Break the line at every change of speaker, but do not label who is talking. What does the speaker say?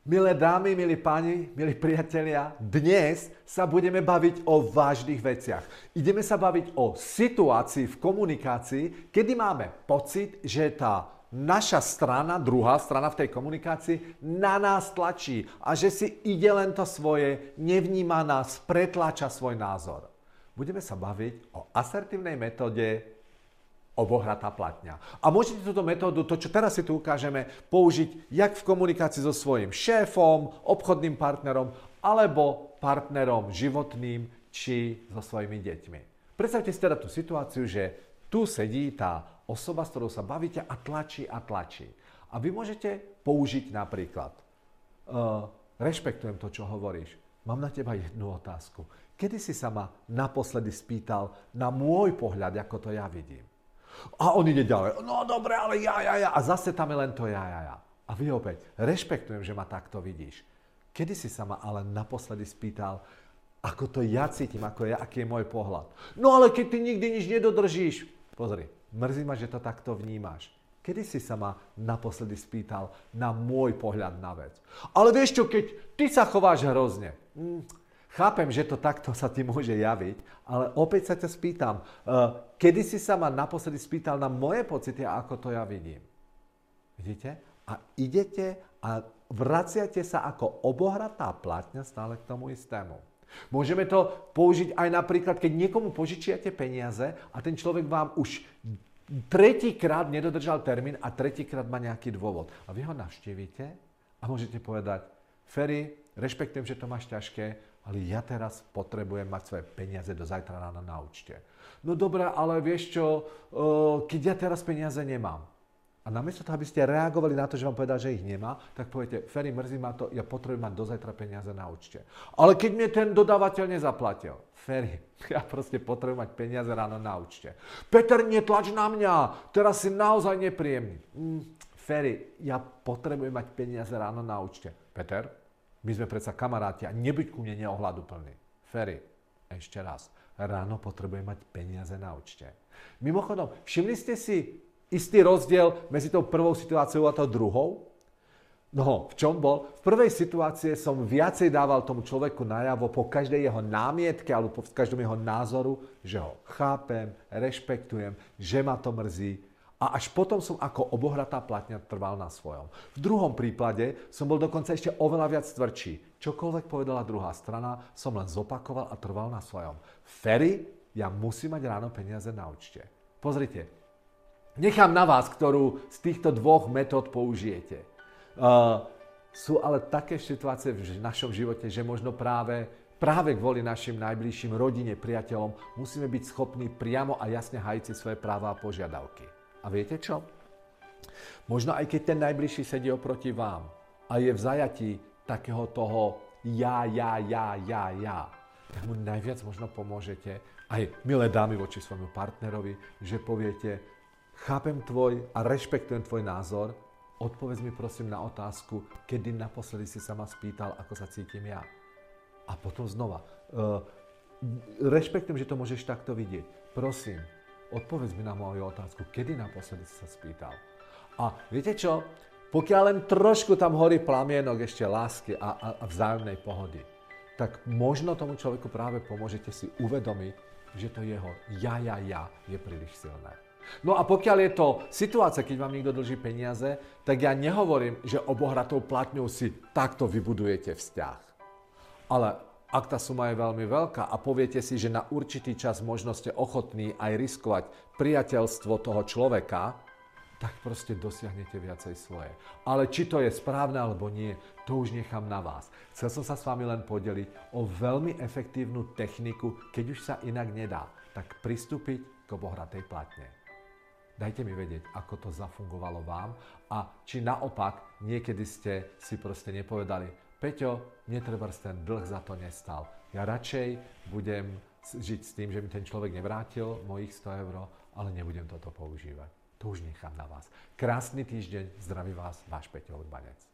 Milé dámy, milí páni, milí priatelia, dnes sa budeme baviť o vážnych veciach. Ideme sa baviť o situácii v komunikácii, kedy máme pocit, že tá naša strana, druhá strana v tej komunikácii, na nás tlačí a že si ide len to svoje, nevníma nás, pretláča svoj názor. Budeme sa baviť o asertívnej metóde obohratá platňa. A môžete túto metódu, to čo teraz si tu ukážeme, použiť jak v komunikácii so svojím šéfom, obchodným partnerom, alebo partnerom životným, či so svojimi deťmi. Predstavte si teda tú situáciu, že tu sedí tá osoba, s ktorou sa bavíte a tlačí a tlačí. A vy môžete použiť napríklad rešpektujem to, čo hovoríš. Mám na teba jednu otázku. Kedy si sa ma naposledy spýtal na môj pohľad, ako to ja vidím? A on ide ďalej. No dobre, ale ja. A zase tam je len to ja. A vy opäť, rešpektujem, že ma takto vidíš. Kedy si sa ma ale naposledy spýtal, ako to ja cítim, aký je môj pohľad? No ale keď ty nikdy nič nedodržíš. Pozri, mrzí ma, že to takto vnímaš. Kedy si sa ma naposledy spýtal na môj pohľad na vec? Ale vieš čo, keď ty sa chováš hrozne. Chápem, že to takto sa ti môže javiť, ale opäť sa ťa spýtam, kedy si sa ma naposledy spýtal na moje pocity a ako to ja vidím? Vidíte? A idete a vraciate sa ako obohratá platňa stále k tomu istému. Môžeme to použiť aj napríklad, keď niekomu požičiate peniaze a ten človek vám už tretíkrát nedodržal termín a tretíkrát má nejaký dôvod. A vy ho navštívite a môžete povedať, Ferry, rešpektujem, že to máš ťažké, ale ja teraz potrebujem mať svoje peniaze do zajtra rána na účte. No dobré, ale vieš čo, keď ja teraz peniaze nemám. A namiesto toho, aby ste reagovali na to, že vám povedal, že ich nemá, tak poviete, Ferry, mrzí ma to, ja potrebujem mať do zajtra peniaze na účte. Ale keď mne ten dodávateľ nezaplatil. Ferry, ja proste potrebujem mať peniaze ráno na účte. Peter, netlač na mňa, teraz si naozaj nepríjemný. Ferry, ja potrebujem mať peniaze ráno na účte. Peter, my sme predsa kamaráti a nebuď ku mne neohľaduplný. Ferry, ešte raz, ráno potrebujem mať peniaze na účte. Mimochodom, všimli ste si istý rozdiel medzi tou prvou situáciou a tou druhou? No, v čom bol? V prvej situácii som viacej dával tomu človeku najavo po každej jeho námietke alebo po každom jeho názoru, že ho chápem, rešpektujem, že ma to mrzí, a až potom som ako obohratá platňa trval na svojom. V druhom prípade som bol dokonca ešte oveľa viac tvrdší. Čokoľvek povedala druhá strana, som len zopakoval a trval na svojom. Ferry, ja musím mať ráno peniaze na účte. Pozrite, nechám na vás, ktorú z týchto dvoch metód použijete. Sú ale také situácie v našom živote, že možno práve kvôli našim najbližším rodine, priateľom musíme byť schopní priamo a jasne hájiť si svoje práva a požiadavky. A viete čo? Možno aj keď ten najbližší sedí oproti vám a je v zajatí takého toho ja, tak mu najviac možno pomôžete, aj milé dámy voči svojmu partnerovi, že poviete, chápem tvoj a rešpektujem tvoj názor, odpovedz mi prosím na otázku, kedy naposledy si sa ma spýtal, ako sa cítim ja. A potom znova, rešpektujem, že to môžeš takto vidieť. Prosím, odpovedz mi na moju otázku, kedy naposledy si sa spýtal. A viete čo? Pokiaľ len trošku tam horí plamienok ešte lásky a vzájomnej pohody, tak možno tomu človeku práve pomôžete si uvedomiť, že to jeho ja je príliš silné. No a pokiaľ je to situácia, keď vám niekto dlží peniaze, tak ja nehovorím, že obohratou platňou si takto vybudujete vzťah. Ale ak tá suma je veľmi veľká a poviete si, že na určitý čas možno ste ochotní aj riskovať priateľstvo toho človeka, tak proste dosiahnete viacej svoje. Ale či to je správne alebo nie, to už nechám na vás. Chcel som sa s vami len podeliť o veľmi efektívnu techniku, keď už sa inak nedá, tak pristúpiť k obohratej platne. Dajte mi vedieť, ako to zafungovalo vám a či naopak niekedy ste si proste nepovedali, Peťo, mne trebárs ten dlh za to nestal. Ja radšej budem žiť s tým, že mi ten človek nevrátil mojich 100 €, ale nebudem toto používať. To už nechám na vás. Krásny týždeň, zdraví vás, váš Peťo Urbanec.